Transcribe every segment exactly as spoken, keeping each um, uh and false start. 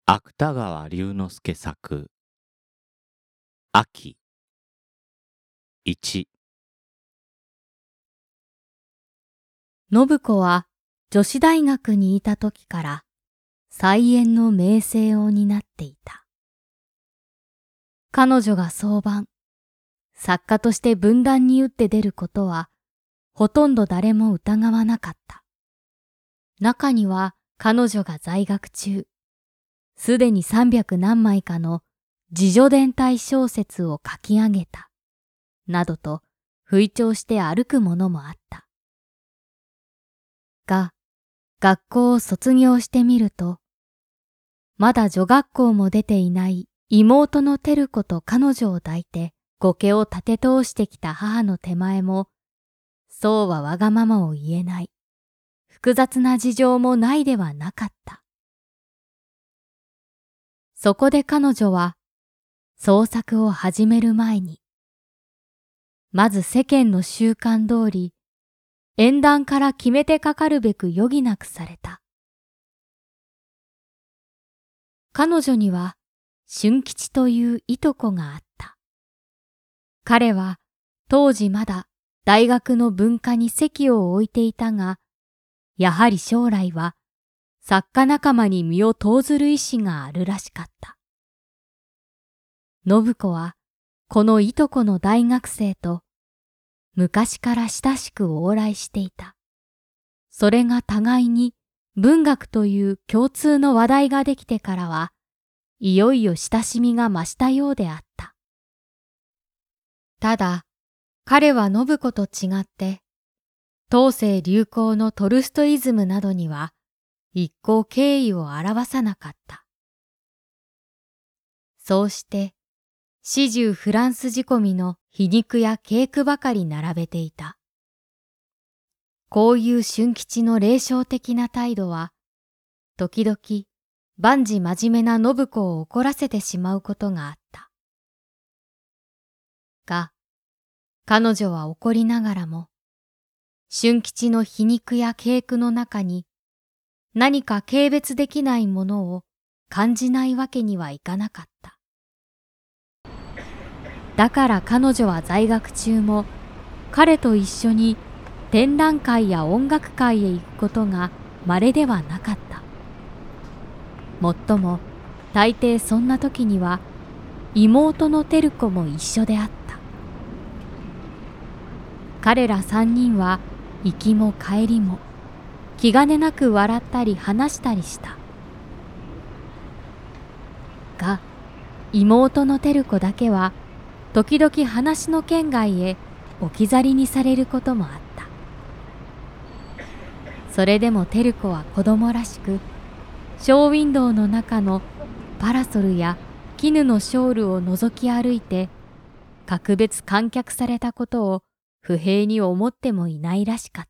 芥川龍之介作秋いち。 信子は女子大学にいた時から才媛の名声を担っていた。彼女が早晩、作家として文壇に打って出ることはほとんど誰も疑わなかった。中には彼女が在学中、すでに三百何枚かの自叙伝体小説を書き上げた、などと吹聴して歩く者もあった。が、学校を卒業してみると、まだ女学校も出ていない妹の照子と彼女を抱いて後家を立て通してきた母の手前も、そうはわがままを言えない、複雑な事情もないではなかった。そこで彼女は創作を始める前に、まず世間の習慣通り、縁談から決めてかかるべく余儀なくされた。彼女には俊吉といういとこがあった。彼は当時まだ大学の文科に籍を置いていたが、やはり将来は作家仲間に身を投ずる意志があるらしかった。信子はこのいとこの大学生と昔から親しく往来していた。それが互いに文学という共通の話題ができてからは、いよいよ親しみが増したようであった。ただ、彼は信子と違って、当世流行のトルストイズムなどには一向敬意を表さなかった。そうして、始終フランス仕込みの皮肉や稽句ばかり並べていた。こういう俊吉の霊障的な態度は、時々万事真面目な信子を怒らせてしまうことがあった。が、彼女は怒りながらも、俊吉の皮肉や稽句の中に何か軽蔑できないものを感じないわけにはいかなかった。だから彼女は在学中も彼と一緒に展覧会や音楽会へ行くことが稀ではなかった。もっとも大抵そんな時には妹の照子も一緒であった。彼ら三人は行きも帰りも気兼ねなく笑ったり話したりした。が妹の照子だけは時々話の圏外へ置き去りにされることもあった。それでも照子は子供らしく、ショーウィンドウの中のパラソルや絹のショールを覗き歩いて、格別観客されたことを不平に思ってもいないらしかった。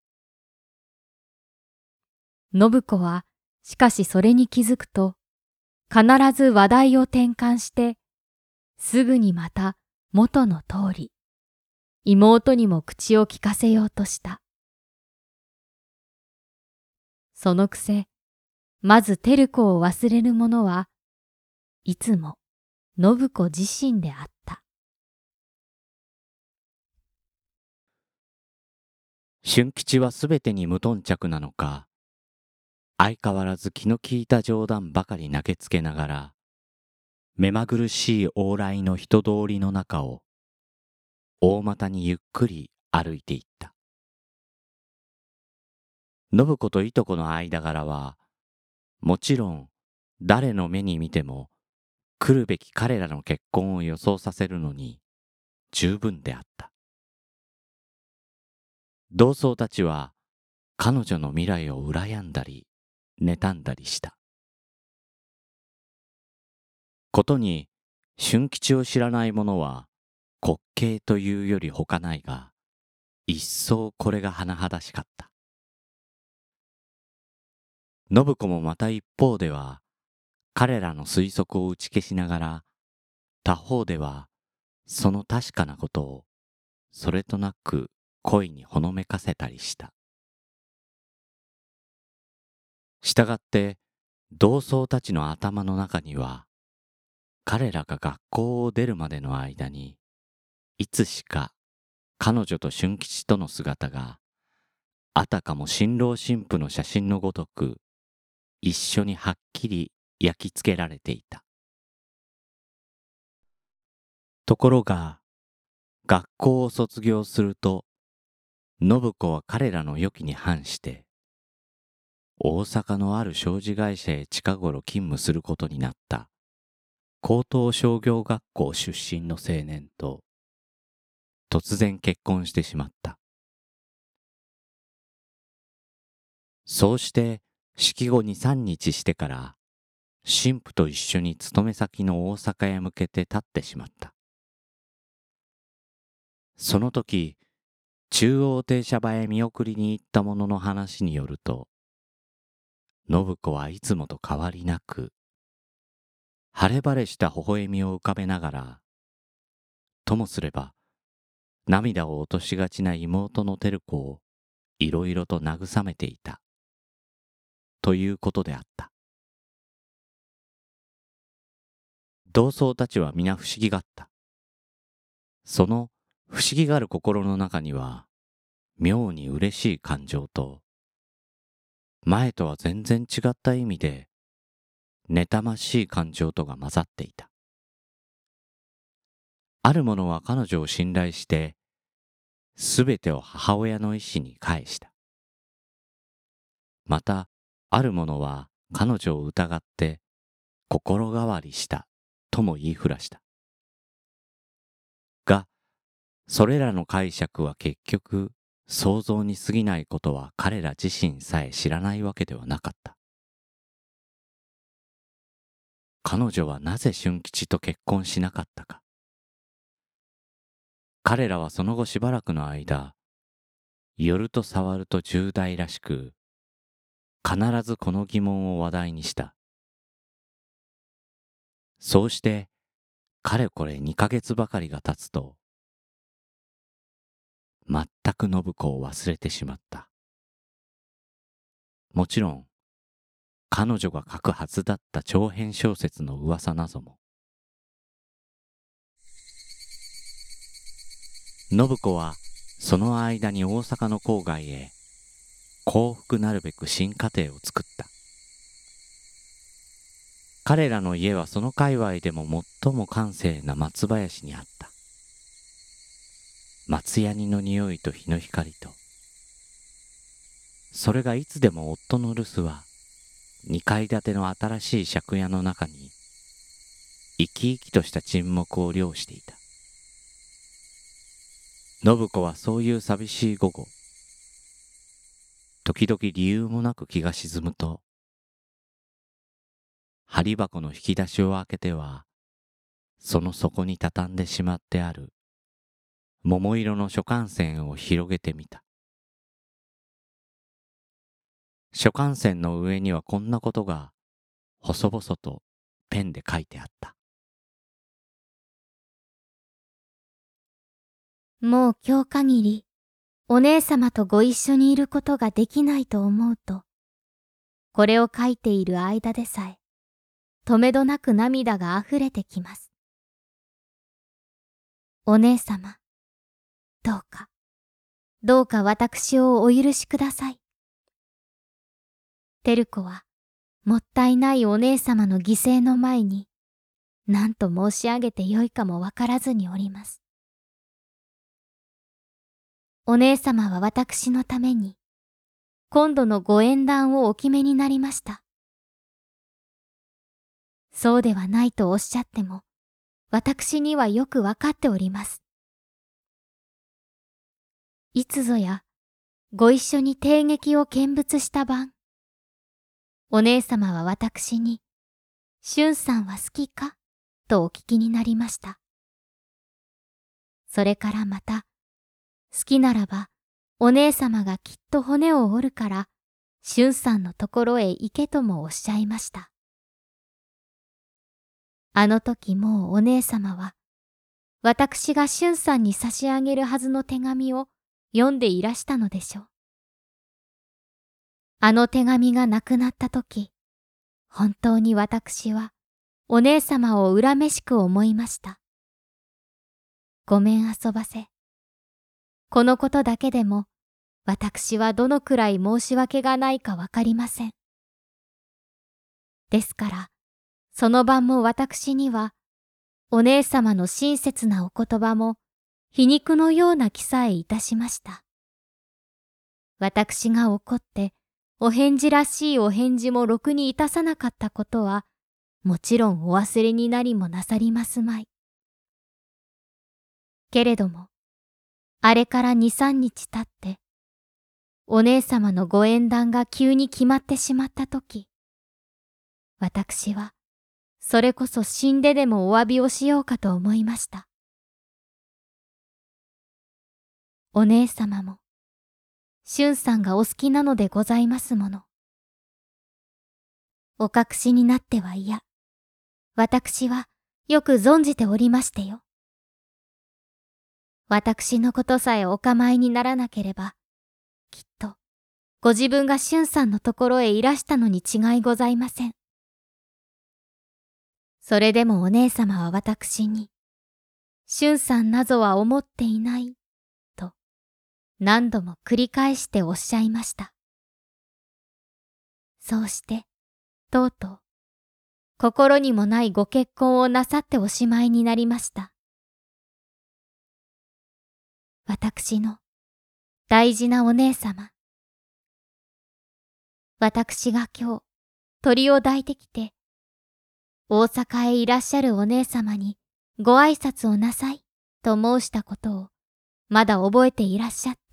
信子はしかしそれに気づくと、必ず話題を転換して、すぐにまた元の通り、妹にも口を聞かせようとした。そのくせ、まず照子を忘れるものはいつも信子自身であった。 俊吉はすべてに無頓着なのか、相変わらず気の利いた冗談ばかり投げつけながら、目まぐるしい往来の人通りの中を大股にゆっくり歩いていった。信子といとこの間柄は、もちろん誰の目に見ても来るべき彼らの結婚を予想させるのに十分であった。同窓たちは彼女の未来を羨んだり妬んだりした。ことに俊吉を知らない者は滑稽というよりほかないが、一層これが甚だしかった。信子もまた一方では彼らの推測を打ち消しながら、他方ではその確かなことをそれとなく恋にほのめかせたりした。したがって同窓たちの頭の中には、彼らが学校を出るまでの間に、いつしか彼女と俊吉との姿が、あたかも新郎新婦の写真のごとく、一緒にはっきり焼き付けられていた。ところが、学校を卒業すると、信子は彼らの予期に反して、大阪のある商事会社へ近頃勤務することになった高等商業学校出身の青年と突然結婚してしまった。そうして式後に、さんにちしてから新婦と一緒に勤め先の大阪へ向けて立ってしまった。その時、中央停車場へ見送りに行った者の話によると、信子はいつもと変わりなく、晴れ晴れした微笑みを浮かべながら、ともすれば涙を落としがちな妹の照子をいろいろと慰めていた、ということであった。同窓たちは皆不思議がった。その不思議がる心の中には、妙に嬉しい感情と、前とは全然違った意味で、妬ましい感情とが混ざっていた。ある者は彼女を信頼して、すべてを母親の意志に返した。また、ある者は彼女を疑って心変わりしたとも言いふらした。が、それらの解釈は結局、想像に過ぎないことは彼ら自身さえ知らないわけではなかった。彼女はなぜ俊吉と結婚しなかったか。彼らはその後しばらくの間、寄ると触ると重大らしく、必ずこの疑問を話題にした。そうして、かれこれにかげつばかりが経つと、全く信子を忘れてしまった。もちろん、彼女が書くはずだった長編小説の噂なども。信子はその間に大阪の郊外へ幸福なるべく新家庭を作った。彼らの家はその界隈でも最も閑静な松林にあった。松ヤニの匂いと日の光と、それがいつでも夫の留守は二階建ての新しい借家の中に生き生きとした沈黙を漁していた。信子はそういう寂しい午後、時々理由もなく気が沈むと、針箱の引き出しを開けては、その底に畳んでしまってある桃色の書簡線を広げてみた。書簡線の上にはこんなことが細々とペンで書いてあった。 もう今日限りお姉様とご一緒にいることができないと思うと、これを書いている間でさえ、とめどなく涙があふれてきます。お姉様、どうか、どうか私をお許しください。照子は、もったいないお姉様の犠牲の前に、何と申し上げてよいかもわからずにおります。お姉様は私のために、今度のご縁談をお決めになりました。そうではないとおっしゃっても、私にはよくわかっております。いつぞや、ご一緒に帝劇を見物した晩、お姉様は私に、俊さんは好きかとお聞きになりました。それからまた、好きならば、お姉様がきっと骨を折るから、俊さんのところへ行けともおっしゃいました。あの時もうお姉様は、私が俊さんに差し上げるはずの手紙を読んでいらしたのでしょう。あの手紙がなくなった時、 本当に私はお姉様を恨めしく思いました。ごめん遊ばせ。このことだけでも私はどのくらい申し訳がないかわかりません。ですから、その晩も私には、お姉様の親切なお言葉も皮肉のような気さえいたしました。私が怒って、お返事らしいお返事もろくにいたさなかったことは、もちろんお忘れになりもなさりますまい。けれども、あれから二三日経って、お姉様のご縁談が急に決まってしまったとき、私は、それこそ死んででもお詫びをしようかと思いました。お姉様も、俊さんがお好きなのでございますもの。お隠しになっては嫌。私はよく存じておりましてよ。私のことさえお構いにならなければ、きっと、ご自分が俊さんのところへいらしたのに違いございません。それでもお姉様は私に、俊さんなぞは思っていない、と何度も繰り返しておっしゃいました。そうして、とうとう、心にもないご結婚をなさっておしまいになりました。私の大事なお姉様。私が今日、鳥を抱いてきて、大阪へいらっしゃるお姉様にご挨拶をなさいと申したことをまだ覚えていらっしゃって。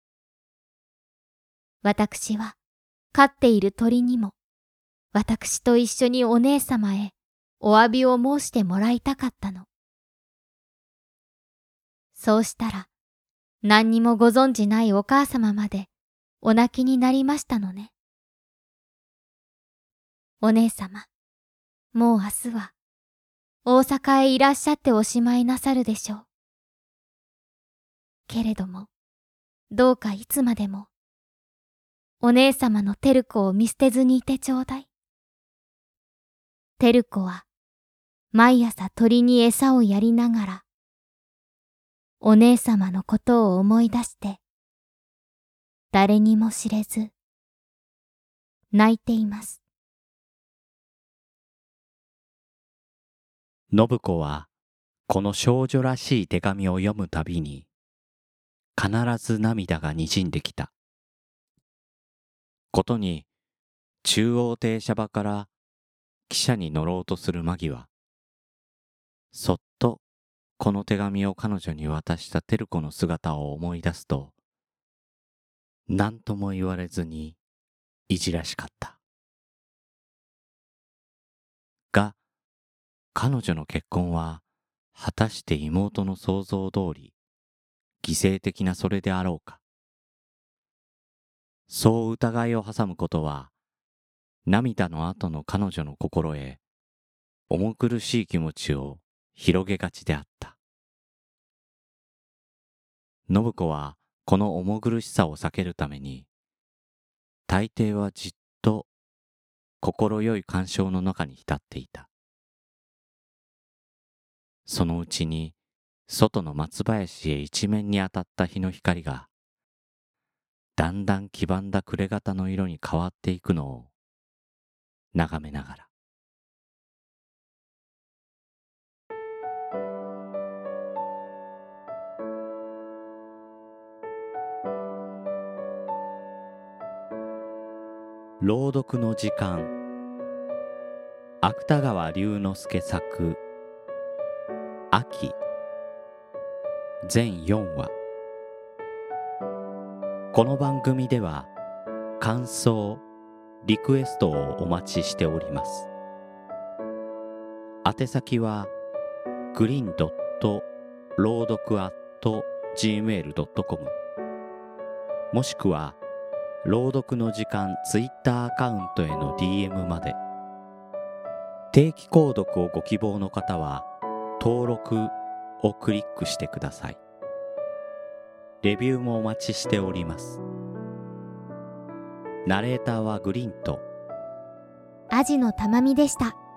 私は飼っている鳥にも私と一緒にお姉様へお詫びを申してもらいたかったの。そうしたら何にもご存じないお母様までお泣きになりましたのね。お姉様、もう明日は大阪へいらっしゃっておしまいなさるでしょう。けれども、どうかいつまでも、お姉様の照子を見捨てずにいてちょうだい。照子は、毎朝鳥に餌をやりながら、お姉様のことを思い出して、誰にも知れず、泣いています。 信子はこの少女らしい手紙を読むたびに必ず涙がにじんできた。ことに中央停車場から汽車に乗ろうとする間際、そっとこの手紙を彼女に渡した照子の姿を思い出すと、何とも言われずにいじらしかった。が、彼女の結婚は果たして妹の想像通り犠牲的なそれであろうか。そう疑いを挟むことは、涙の後の彼女の心へ重苦しい気持ちを広げがちであった。信子はこの重苦しさを避けるために、大抵はじっと心よい感傷の中に浸っていた。そのうちに外の松林へ一面に当たった日の光がだんだん黄ばんだ暮れ方の色に変わっていくのを眺めながら、朗読の時間。芥川龍之介作秋全よんわ。この番組では感想リクエストをお待ちしております。宛先はグリーンドット朗読アットジーメールドットコム、 もしくは朗読の時間ツイッターアカウントへの ディーエム まで。定期購読をご希望の方は登録をクリックしてください。レビューもお待ちしております。ナレーターはグリーンとあアジの玉みでした。